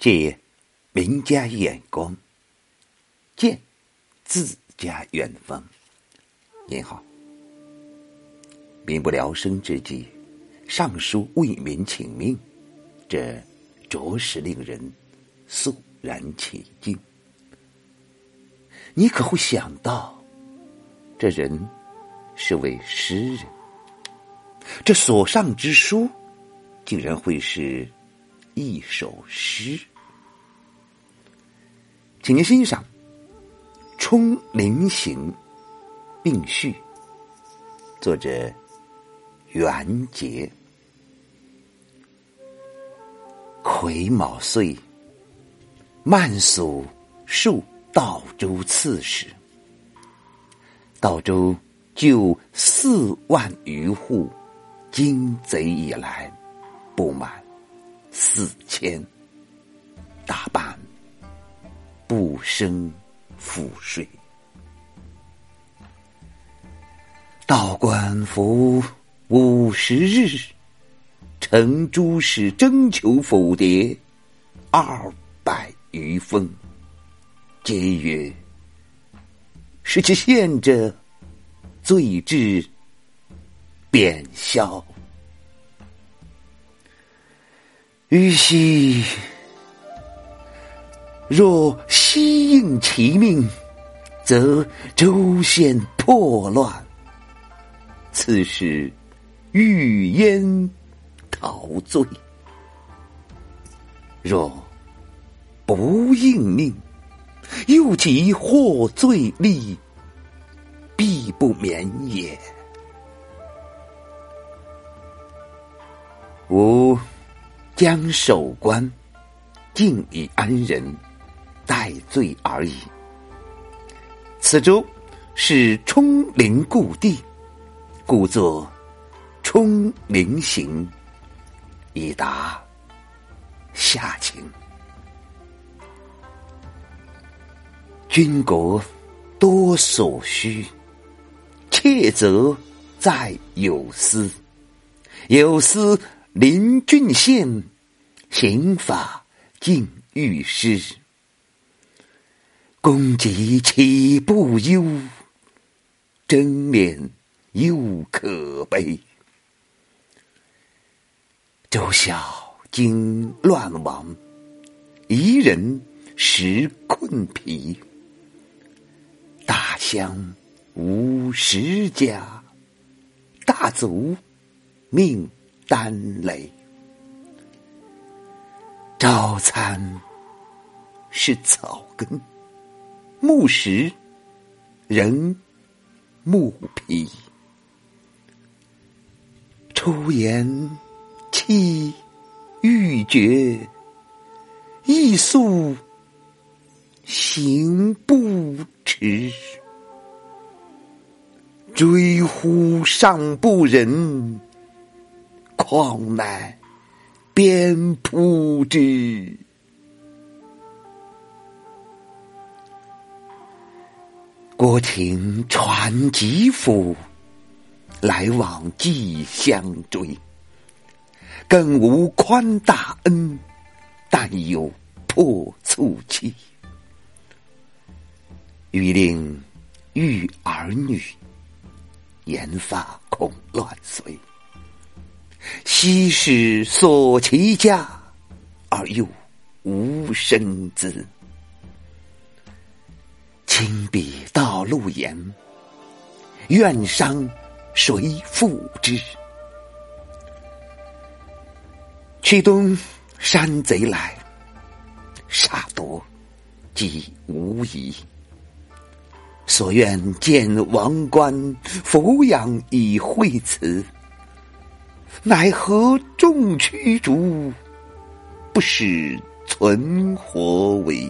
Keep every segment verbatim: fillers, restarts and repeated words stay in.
借名家眼光，见自家远方。您好，民不聊生之际，上书为民请命，这着实令人肃然起敬。你可会想到，这人是位诗人，这所上之书竟然会是一首诗。请您欣赏《冲灵行》并序，作者袁杰。癸卯岁，慢俗数道州刺史，道州就四万余户，经贼以来不满四千，大半不生赋税。道官服五十日，承诸使征求否牒二百余封，皆曰：使其宪者罪至贬销。于昔若悉应其命，则州县破乱，此时欲焉陶罪；若不应命，又其获罪利，必不免也。吾将守官敬以安人，待罪而已。此州是冲灵故地，故作冲灵行，以达下情。军国多所需，切则在有司。有司临郡县，刑法尽御师。公己岂不忧？争勉又可悲。周孝经乱亡，夷人食困疲。大乡无食家，大族命单累。早餐是草根，木食仍木皮。出言气欲绝，艺速行不迟。追乎上不忍，况乃鞭扑之。国庭传疾府，来往既相追。更无宽大恩，但有破促期。欲令育儿女，言发恐乱随。昔时所其家，而又无生子。亲笔道路言，愿伤谁负之？去东山贼来，杀夺即无疑。所愿见王冠，俯仰以会辞。奈何众驱逐，不使存活为。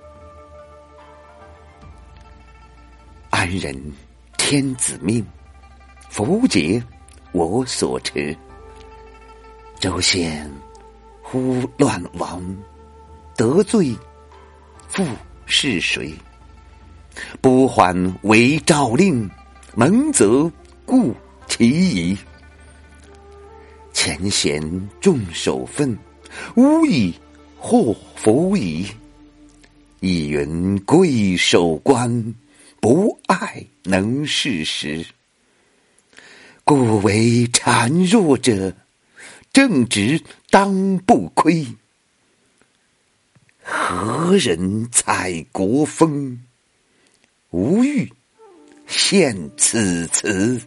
安人天子命，符节我所持。州县忽乱亡，得罪复是谁？不还为诏令，蒙则顾其疑。前贤重守分，吾以祸福矣。亦云贵守官，不爱能事时。故为孱弱者，正直当不亏。何人采国风？无欲献此词。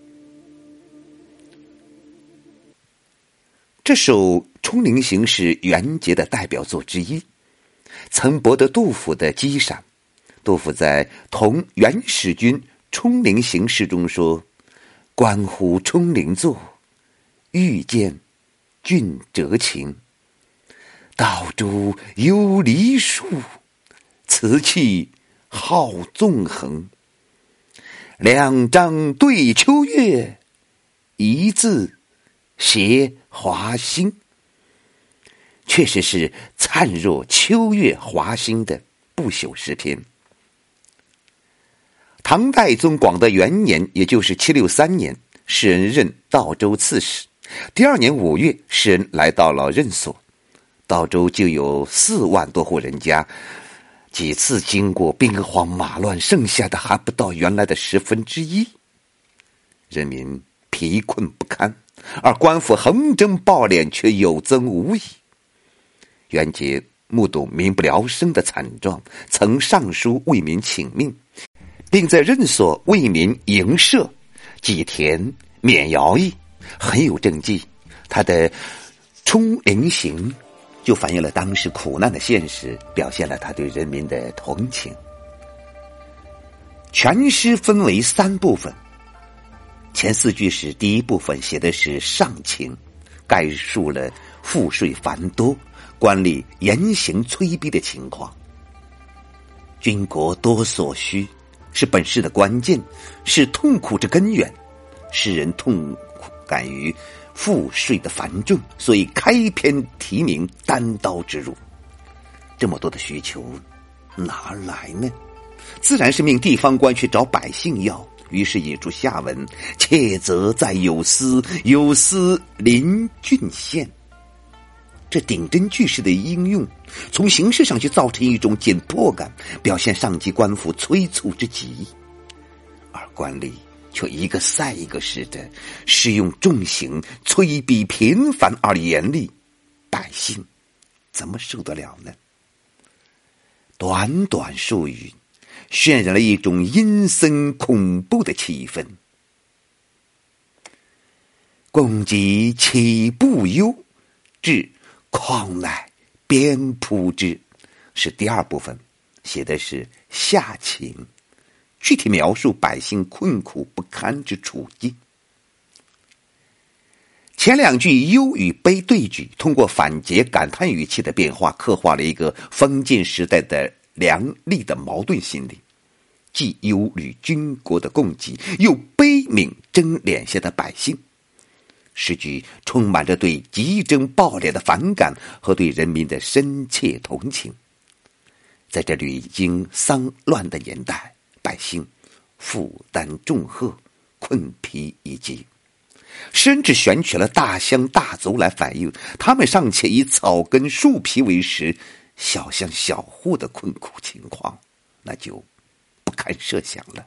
这首《冲陵行》是元节的代表作之一，曾博得杜甫的激赏。杜甫在《同元始君冲陵行》诗中说：“观乎冲陵作，欲见君折情。道诸幽梨树，此气好纵横。两张对秋月，一字写华兴。”确实是灿若秋月华兴的不朽诗篇。唐代宗广德元年，也就是七六三年，诗人任道州刺史。第二年五月，诗人来到了任所，道州就有四万多户人家，几次经过兵荒马乱，剩下的还不到原来的十分之一。人民疲困不堪，而官府横征暴敛却有增无已。元节目睹民不聊生的惨状，曾上书为民请命，并在任所为民营舍、祭田、免徭役，很有政绩。他的《冲陵行》就反映了当时苦难的现实，表现了他对人民的同情。全诗分为三部分，前四句是第一部分，写的是上情，概述了赋税繁多、官吏严刑催逼的情况。军国多所需是本诗的关键，是痛苦之根源。诗人痛苦感于赋税的繁重，所以开篇题名单刀直入。这么多的需求哪来呢？自然是命地方官去找百姓要。于是引出下文：切则在有司，有司临郡县。这顶针句式的应用，从形式上就造成一种紧迫感，表现上级官府催促之极。而官吏却一个赛一个似的使用重刑，催逼频繁而严厉，百姓怎么受得了呢？短短数语渲染了一种阴森恐怖的气氛。公己岂不忧，至况乃鞭扑之，是第二部分，写的是下情，具体描述百姓困苦不堪之处境。前两句忧与悲对举，通过反诘感叹语气的变化，刻画了一个封建时代的良吏的矛盾心理，既忧虑军国的供给，又悲悯争敛下的百姓。诗句充满着对急征暴敛的反感和对人民的深切同情。在这屡经丧乱的年代，百姓负担重荷，困疲已极，诗人只选取了大乡大族来反映他们尚且以草根树皮为食，小乡小户的困苦情况，那就不堪设想了。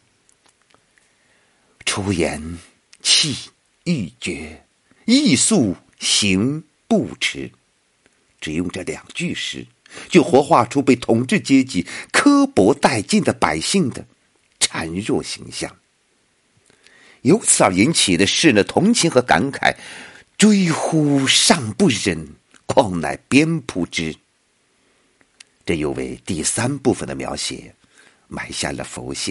出言气欲绝，意速行不迟。只用这两句诗，就活画出被统治阶级刻薄殆尽的百姓的孱弱形象。由此而引起的诗人的同情和感慨，追乎尚不忍，况乃鞭扑之。这又为第三部分的描写埋下了伏线。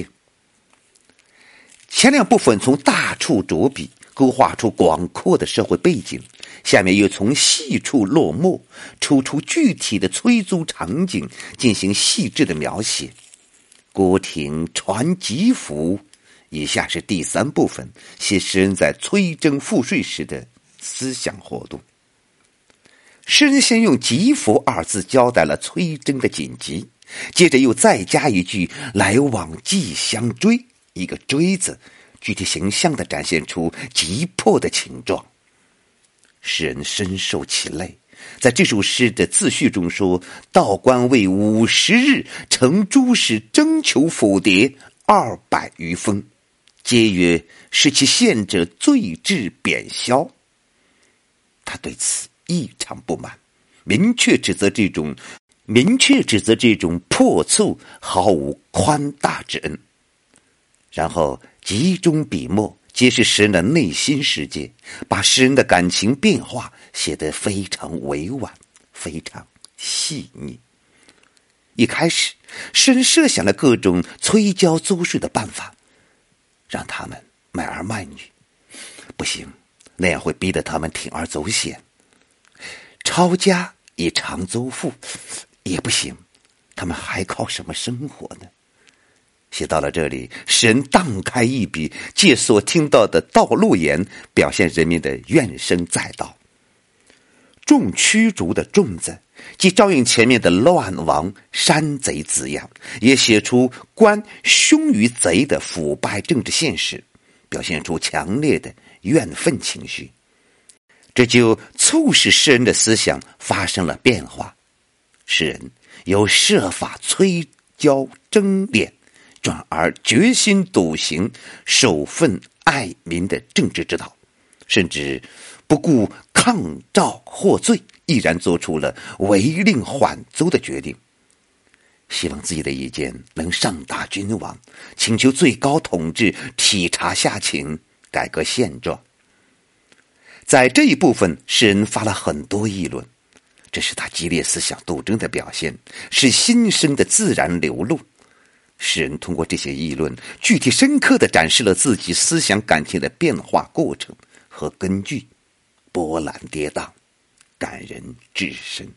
前两部分从大处着笔，勾画出广阔的社会背景，下面又从细处落墨，抽出具体的催租场景，进行细致的描写。郭廷传疾符，以下是第三部分，写诗人在催征赋税时的思想活动。诗人先用疾符二字交代了催征的紧急，接着又再加一句来往即相追，一个追字具体形象地展现出急迫的情状。诗人深受其累， 在这首诗的自序中说，道观为五十日，乘诸使征求府牒二百余封，皆曰是其献者罪至贬销。他对此异常不满，明确指责这种明确指责这种破促毫无宽大之恩，然后集中笔墨揭示诗人的内心世界，把诗人的感情变化写得非常委婉，非常细腻。一开始，诗人设想了各种催交租税的办法，让他们卖儿卖女，不行，那样会逼得他们铤而走险。抄家以偿租赋也不行，他们还靠什么生活呢？写到了这里，诗人荡开一笔，借所听到的道路言，表现人民的怨声载道。众驱逐的众字，既照应前面的乱王山贼字样，也写出官凶于贼的腐败政治现实，表现出强烈的怨愤情绪。这就促使诗人的思想发生了变化。诗人由设法催交征敛，转而决心笃行守分爱民的政治之道，甚至不顾抗诏获罪，毅然做出了违令缓租的决定，希望自己的意见能上达君王，请求最高统治体察下情，改革现状。在这一部分，诗人发了很多议论，这是他激烈思想斗争的表现，是心声的自然流露。诗人通过这些议论，具体深刻地展示了自己思想感情的变化过程和根据，波澜跌宕，感人至深。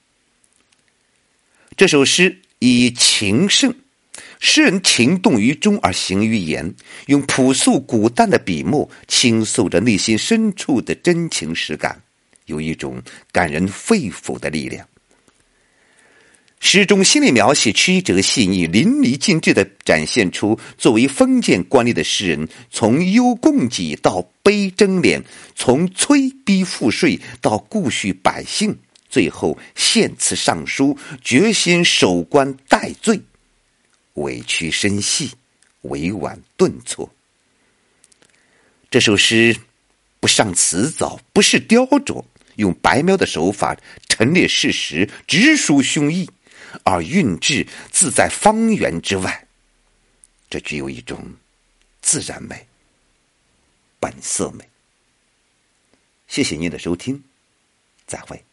这首诗以情胜，诗人情动于中而行于言，用朴素古淡的笔墨倾诉着内心深处的真情实感，有一种感人肺腑的力量。诗中心理描写曲折细腻，淋漓尽致地展现出作为封建官吏的诗人，从忧供给到悲征敛，从催逼赋税到顾恤百姓，最后献辞上书，决心守官代罪，委屈深细，委婉顿挫。这首诗不上辞藻，不是雕琢，用白描的手法陈列事实，直抒胸臆，而韵致自在方圆之外，这具有一种自然美、本色美。谢谢您的收听，再会。